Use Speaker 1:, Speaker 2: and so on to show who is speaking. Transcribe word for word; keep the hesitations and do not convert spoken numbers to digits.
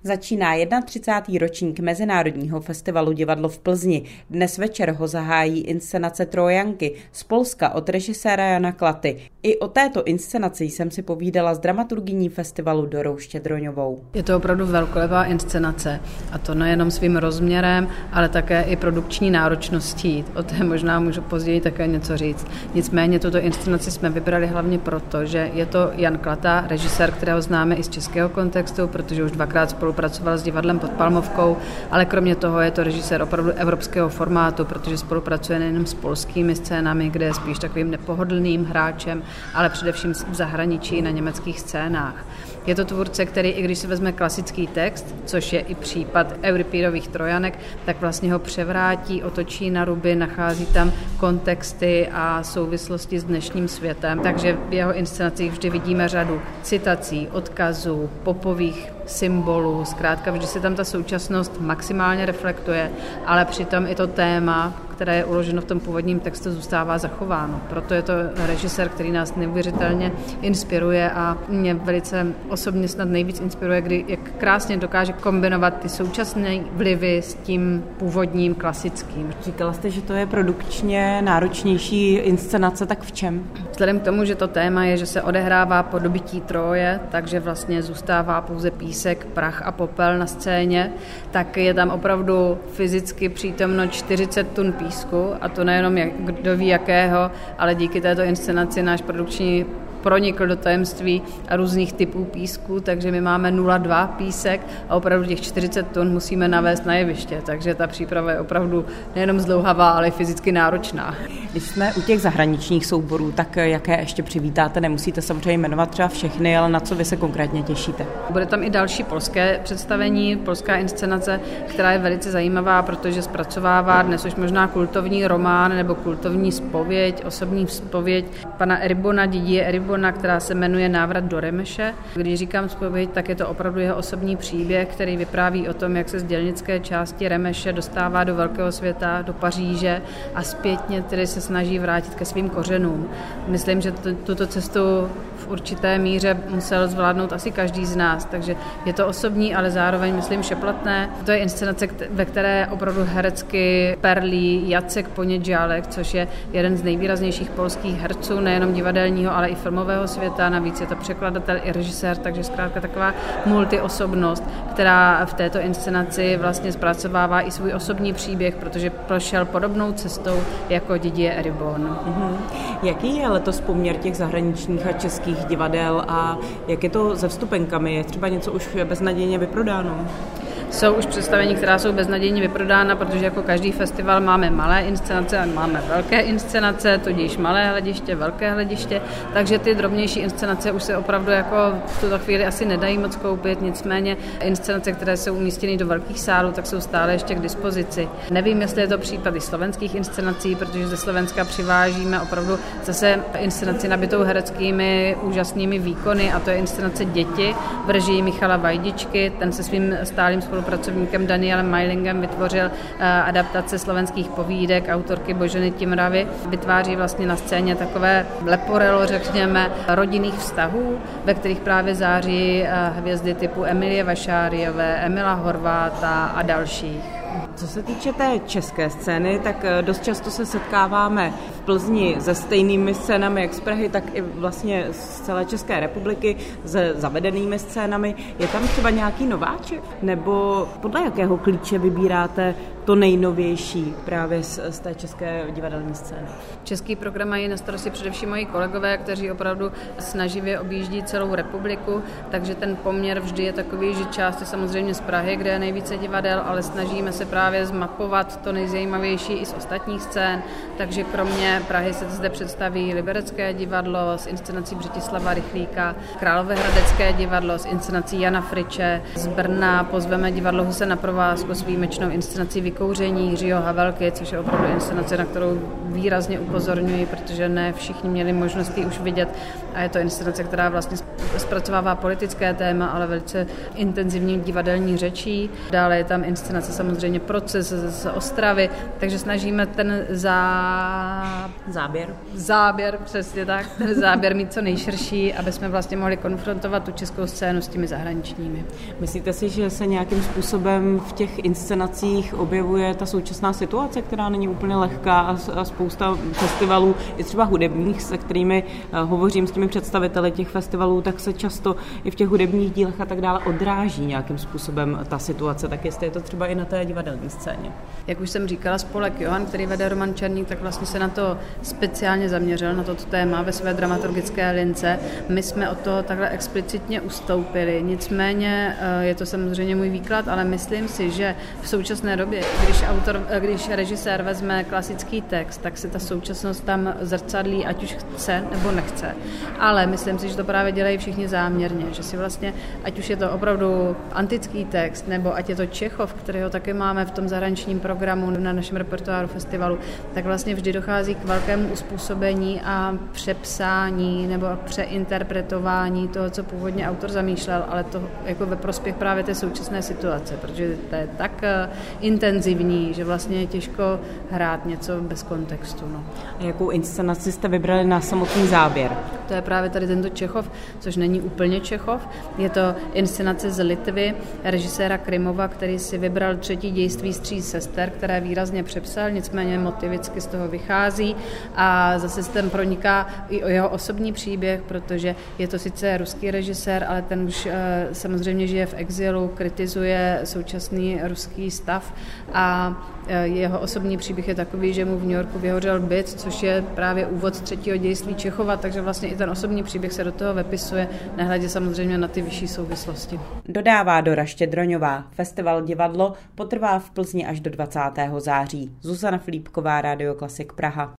Speaker 1: Začíná třicátý první ročník Mezinárodního festivalu Divadlo v Plzni. Dnes večer ho zahájí inscenace Trojanky z Polska od režiséra Jana Klaty. I o této inscenaci jsem si povídala s dramaturgyní festivalu Dorou Štědroňovou.
Speaker 2: Je to opravdu velkolepá inscenace a to nejenom svým rozměrem, ale také i produkční náročností. O té možná můžu později také něco říct. Nicméně tuto inscenaci jsme vybrali hlavně proto, že je to Jan Klata, režisér, kterého známe i z českého kontextu, protože už dvakrát spolupracoval s divadlem Pod Palmovkou, ale kromě toho je to režisér opravdu evropského formátu, protože spolupracuje nejen s polskými scénami, kde je spíš takovým nepohodlným hráčem, ale především v zahraničí na německých scénách. Je to tvůrce, který, i když si vezme klasický text, což je i případ Euripidových Trojanek, tak vlastně ho převrátí, otočí na ruby, nachází tam kontexty a souvislosti s dnešním světem. Takže v jeho inscenacích vždy vidíme řadu citací, odkazů, popových symbolů, zkrátka vždy se tam ta současnost maximálně reflektuje, ale přitom i to téma, které je uloženo v tom původním textu, zůstává zachováno. Proto je to režisér, který nás neuvěřitelně inspiruje a mě velice osobně snad nejvíc inspiruje, kdy jak krásně dokáže kombinovat ty současné vlivy s tím původním klasickým.
Speaker 1: Říkala jste, že to je produkčně náročnější inscenace, tak v čem?
Speaker 2: Vzhledem k tomu, že to téma je, že se odehrává po dobytí Tróje, takže vlastně zůstává pouze písek, prach a popel na scéně, tak je tam opravdu fyzicky přítomno čtyřicet tun písku, a to nejenom jak, kdo ví jakého, ale díky této inscenaci náš produkční pronikl do tajemství a různých typů písku, takže my máme nula dva písek a opravdu těch čtyřicet tun musíme navést na jeviště, takže ta příprava je opravdu nejenom zdlouhavá, ale i fyzicky náročná.
Speaker 1: Když jsme u těch zahraničních souborů, tak jaké ještě přivítáte? Nemusíte samozřejmě jmenovat třeba všechny, ale na co vy se konkrétně těšíte?
Speaker 2: Bude tam i další polské představení, polská inscenace, která je velice zajímavá, protože zpracovává dnes už možná kultovní román nebo kultovní zpověď, osobní zpověď pana Eribona, Didier Eribona, která se jmenuje Návrat do Remeše. Když říkám zpověď, tak je to opravdu jeho osobní příběh, který vypráví o tom, jak se z dělnické části Remeše dostává do velkého světa, do Paříže a zpětně tedy se snaží vrátit ke svým kořenům. Myslím, že t- tuto cestu v určité míře musel zvládnout asi každý z nás, takže je to osobní, ale zároveň, myslím, šeplatné. To je inscenace, ve které opravdu herecky perlí Jacek Ponědžálek, což je jeden z nejvýraznějších polských herců, nejenom divadelního, ale i filmového světa. Navíc je to překladatel i režisér, takže zkrátka taková multiosobnost, která v této inscenaci vlastně zpracovává i svůj osobní příběh, protože prošel podobnou cestou jako Didier Eribon.
Speaker 1: Mm-hmm. Jaký je letos poměr těch zahraničních a českých divadel a jak je to se vstupenkami? Je třeba něco už beznadějně vyprodáno?
Speaker 2: Jsou už představení, která jsou beznadějně vyprodána, protože jako každý festival máme malé inscenace a máme velké inscenace, tudíž malé hlediště, velké hlediště, takže ty drobnější inscenace už se opravdu jako v tuto chvíli asi nedají moc koupit, nicméně inscenace, které jsou umístěny do velkých sálů, tak jsou stále ještě k dispozici. Nevím, jestli je to případ i slovenských inscenací, protože ze Slovenska přivážíme opravdu zase inscenaci nabitou hereckými úžasnými výkony, a to je inscenace Děti v režii Michala Vajdičky, ten se svým stálým spolupracovníkem Danielem Majlingem vytvořil adaptace slovenských povídek autorky Boženy Timravy. Vytváří vlastně na scéně takové leporelo, řekněme, rodinných vztahů, ve kterých právě září hvězdy typu Emilie Vašáriové, Emila Horváta a dalších.
Speaker 1: Co se týče té české scény, tak dost často se setkáváme v Plzni se stejnými scénami jak z Prahy, tak i vlastně z celé České republiky, se zavedenými scénami. Je tam třeba nějaký nováček? Nebo podle jakého klíče vybíráte to nejnovější právě z, z té české divadelní scény?
Speaker 2: Český program mají na starosti především moji kolegové, kteří opravdu snaživě objíždí celou republiku, takže ten poměr vždy je takový, že část je samozřejmě z Prahy, kde je nejvíce divadel, ale snažíme se právě zmapovat to nejzajímavější i z ostatních scén, takže kromě Prahy se zde představí Liberecké divadlo s inscenací Břetislava Rychlíka, Královéhradecké divadlo s inscenací Jana Friče, z Brna pozveme divadlo Huse na provázku s výjimečnou inscenací Vykouření Jiřího Havelky, což je opravdu inscenace, na kterou výrazně upozorňuji, protože ne všichni měli možnost ji už vidět, a je to inscenace, která vlastně zpracovává politické téma, ale velice intenzivní divadelní řečí. Dále je tam inscenace samozřejmě pro proces z Ostravy, takže snažíme ten zá...
Speaker 1: záběr.
Speaker 2: záběr, přesně tak, ten záběr mít co nejširší, aby jsme vlastně mohli konfrontovat tu českou scénu s těmi zahraničními.
Speaker 1: Myslíte si, že se nějakým způsobem v těch inscenacích objevuje ta současná situace, která není úplně lehká a spousta festivalů, i třeba hudebních, se kterými hovořím s těmi představiteli těch festivalů, tak se často i v těch hudebních dílech a tak dále odráží nějakým způsobem ta situace, tak jestli je to třeba i na té divadelní scéně.
Speaker 2: Jak už jsem říkala, spolek Johan, který vede Roman Černík, tak vlastně se na to speciálně zaměřil, na toto téma ve své dramaturgické lince. My jsme od toho takhle explicitně ustoupili, nicméně je to samozřejmě můj výklad, ale myslím si, že v současné době, když, autor, když režisér vezme klasický text, tak se ta současnost tam zrcadlí, ať už chce nebo nechce. Ale myslím si, že to právě dělají všichni záměrně, že si vlastně, ať už je to opravdu antický text, nebo ať je to Čechov, kterého taky máme v tom zahraničním programu na našem repertoáru festivalu, tak vlastně vždy dochází k velkému uspůsobení a přepsání nebo přeinterpretování toho, co původně autor zamýšlel, ale to jako ve prospěch právě té současné situace, protože to je tak intenzivní, že vlastně je těžko hrát něco bez kontextu. No.
Speaker 1: A jakou inscenaci jste vybrali na samotný záběr?
Speaker 2: To je právě tady tento Čechov, což není úplně Čechov. Je to inscenace z Litvy, režiséra Krymova, který si vybral třetí dějství z tří sester, které výrazně přepsal, nicméně motivicky z toho vychází a zase se ten proniká i o jeho osobní příběh, protože je to sice ruský režisér, ale ten už samozřejmě žije v exilu, kritizuje současný ruský stav a jeho osobní příběh je takový, že mu v New Yorku vyhořel byt, což je právě úvod třetího dějství Čechova, takže vlastně i ten osobní příběh se do toho vepisuje, nehledě samozřejmě na ty vyšší souvislosti.
Speaker 1: Dodává Dora Štědroňová. Festival Divadlo potrvá v Plzni až do dvacátého září. Zuzana Filipková, Rádio Klasik Praha.